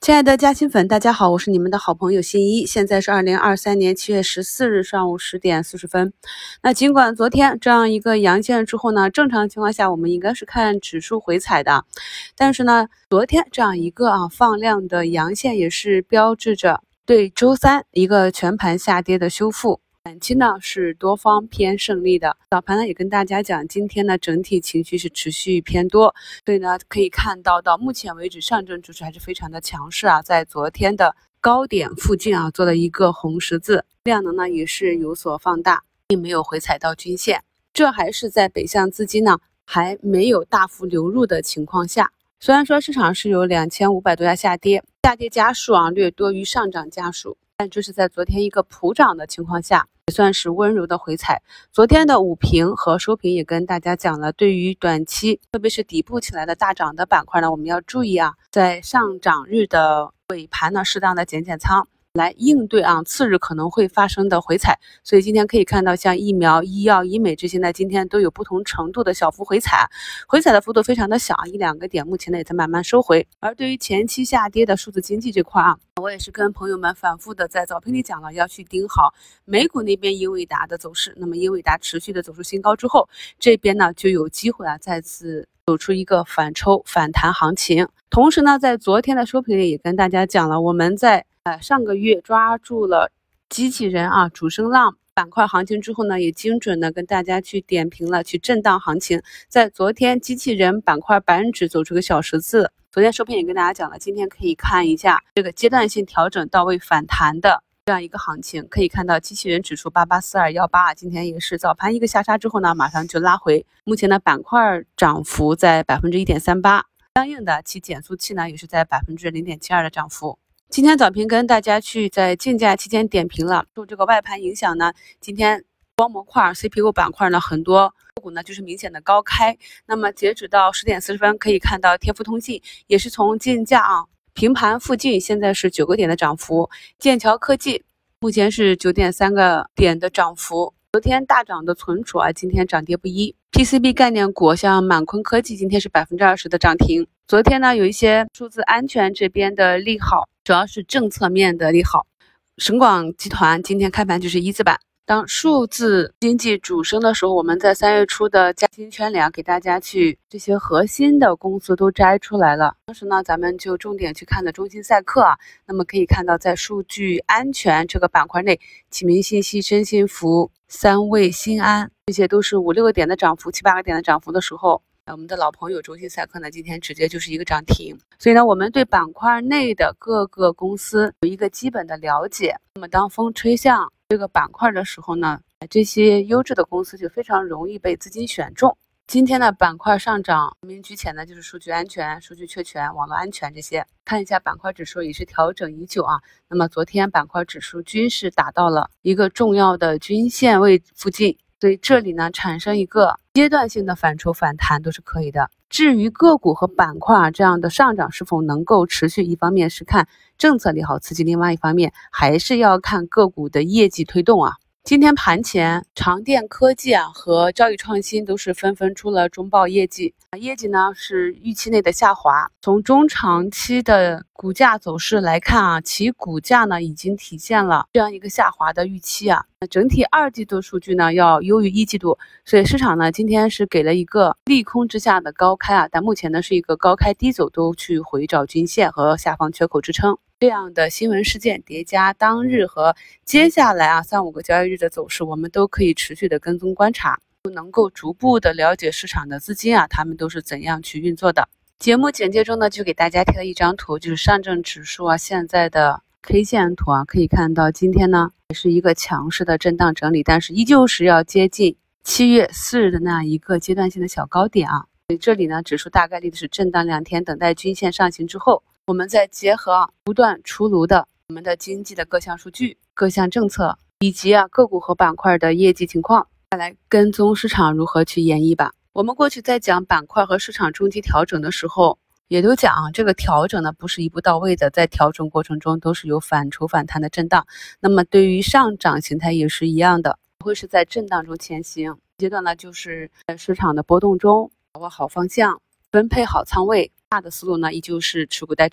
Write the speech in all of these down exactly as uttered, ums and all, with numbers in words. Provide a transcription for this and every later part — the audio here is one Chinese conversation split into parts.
亲爱的嘉兴粉，大家好，我是你们的好朋友新一。现在是二零二三年七月十四日上午十点四十分。那尽管昨天这样一个阳线之后呢，正常情况下我们应该是看指数回踩的，但是呢，昨天这样一个啊放量的阳线也是标志着对周三一个全盘下跌的修复。短期呢是多方偏胜利的，早盘呢也跟大家讲，今天呢整体情绪是持续偏多，所以呢可以看到到目前为止上证指数还是非常的强势啊，在昨天的高点附近啊做了一个红十字，量能呢也是有所放大，并没有回踩到均线，这还是在北向资金呢还没有大幅流入的情况下。虽然说市场是有两千五百多家下跌，下跌家数啊略多于上涨家数，但这是在昨天一个普涨的情况下，也算是温柔的回踩。昨天的午评和收评也跟大家讲了，对于短期特别是底部起来的大涨的板块呢，我们要注意啊，在上涨日的尾盘呢适当的减减仓，来应对啊次日可能会发生的回踩。所以今天可以看到像疫苗、医药、医美这些呢，今天都有不同程度的小幅回踩，回踩的幅度非常的小，一两个点，目前呢也在慢慢收回。而对于前期下跌的数字经济这块啊，我也是跟朋友们反复的在早评里讲了，要去盯好美股那边英伟达的走势。那么英伟达持续的走出新高之后，这边呢就有机会啊再次走出一个反抽反弹行情。同时呢，在昨天的收评里也跟大家讲了，我们在呃上个月抓住了机器人啊主升浪板块行情之后呢，也精准的跟大家去点评了去震荡行情。在昨天机器人板块板指走出个小十字，昨天收评也跟大家讲了，今天可以看一下这个阶段性调整到位反弹的这样一个行情。可以看到机器人指数八八四二一八，今天也是早盘一个下杀之后呢，马上就拉回。目前的板块涨幅在 百分之一点三八， 相应的其减速器呢也是在 百分之零点七二 的涨幅。今天早评跟大家去在竞价期间点评了，受这个外盘影响呢，今天光模块 C P U 板块呢很多个股呢就是明显的高开。那么截止到十点四十分，可以看到天福通信也是从竞价啊平盘附近，现在是九个点的涨幅。剑桥科技目前是 九点三个点的涨幅。昨天大涨的存储啊，今天涨跌不一。P C B 概念股像满坤科技今天是 百分之二十 的涨停。昨天呢有一些数字安全这边的利好，主要是政策面的利好。省广集团今天开盘就是一字板。当数字经济主升的时候，我们在三月初的嘉兴圈里啊，给大家去这些核心的公司都摘出来了。当时呢，咱们就重点去看的中芯赛克啊。那么可以看到，在数据安全这个板块内，启明信息、深信服、三卫、新安，这些都是五六个点的涨幅、七八个点的涨幅的时候，我们的老朋友中芯赛克呢，今天直接就是一个涨停。所以呢，我们对板块内的各个公司有一个基本的了解。那么当风吹向这个板块的时候呢，这些优质的公司就非常容易被资金选中。今天的板块上涨排名居前的就是数据安全、数据确权、网络安全这些。看一下板块指数也是调整已久啊。那么昨天板块指数均是达到了一个重要的均线位附近，所以这里呢产生一个阶段性的反抽反弹都是可以的。至于个股和板块啊这样的上涨是否能够持续，一方面是看政策利好刺激，另外一方面还是要看个股的业绩推动啊。今天盘前长电科技啊和兆易创新都是纷纷出了中报业绩，业绩呢是预期内的下滑。从中长期的股价走势来看啊，其股价呢已经体现了这样一个下滑的预期啊。整体二季度数据呢要优于一季度，所以市场呢今天是给了一个利空之下的高开啊，但目前呢是一个高开低走，都去回找均线和下方缺口支撑。这样的新闻事件叠加当日和接下来啊三五个交易日的走势，我们都可以持续的跟踪观察，能够逐步的了解市场的资金啊，他们都是怎样去运作的。节目简介中呢就给大家贴了一张图，就是上证指数啊现在的 K 线图啊，可以看到今天呢也是一个强势的震荡整理，但是依旧是要接近七月四日的那样一个阶段性的小高点啊。所以这里呢指数大概率的是震荡两天，等待均线上行之后，我们再结合啊不断出炉的我们的经济的各项数据、各项政策以及啊个股和板块的业绩情况，再来跟踪市场如何去演绎吧。我们过去在讲板块和市场中期调整的时候，也都讲啊，这个调整呢不是一步到位的，在调整过程中都是有反抽反弹的震荡。那么对于上涨形态也是一样的，会是在震荡中前行。阶段呢就是在市场的波动中把握好方向，分配好仓位，大的思路呢依旧是持股待涨。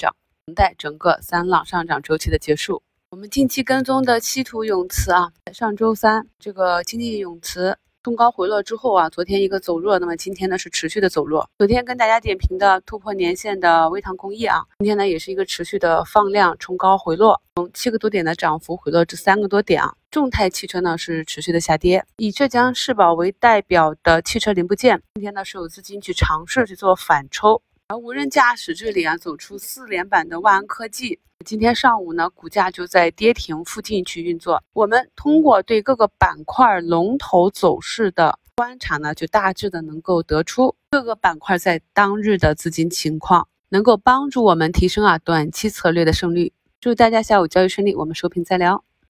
等待整个三浪上涨周期的结束。我们近期跟踪的稀土永磁啊，上周三这个经济永磁冲高回落之后啊，昨天一个走弱，那么今天呢是持续的走弱。昨天跟大家点评的突破年线的微糖工业啊，今天呢也是一个持续的放量冲高回落，从七个多点的涨幅回落至三个多点啊。众泰汽车呢是持续的下跌，以浙江世宝为代表的汽车零部件，今天呢是有资金去尝试去做反抽。而无人驾驶这里啊，走出四连板的万安科技，今天上午呢，股价就在跌停附近去运作。我们通过对各个板块龙头走势的观察呢，就大致的能够得出各个板块在当日的资金情况，能够帮助我们提升啊短期策略的胜率。祝大家下午交易顺利，我们收评再聊。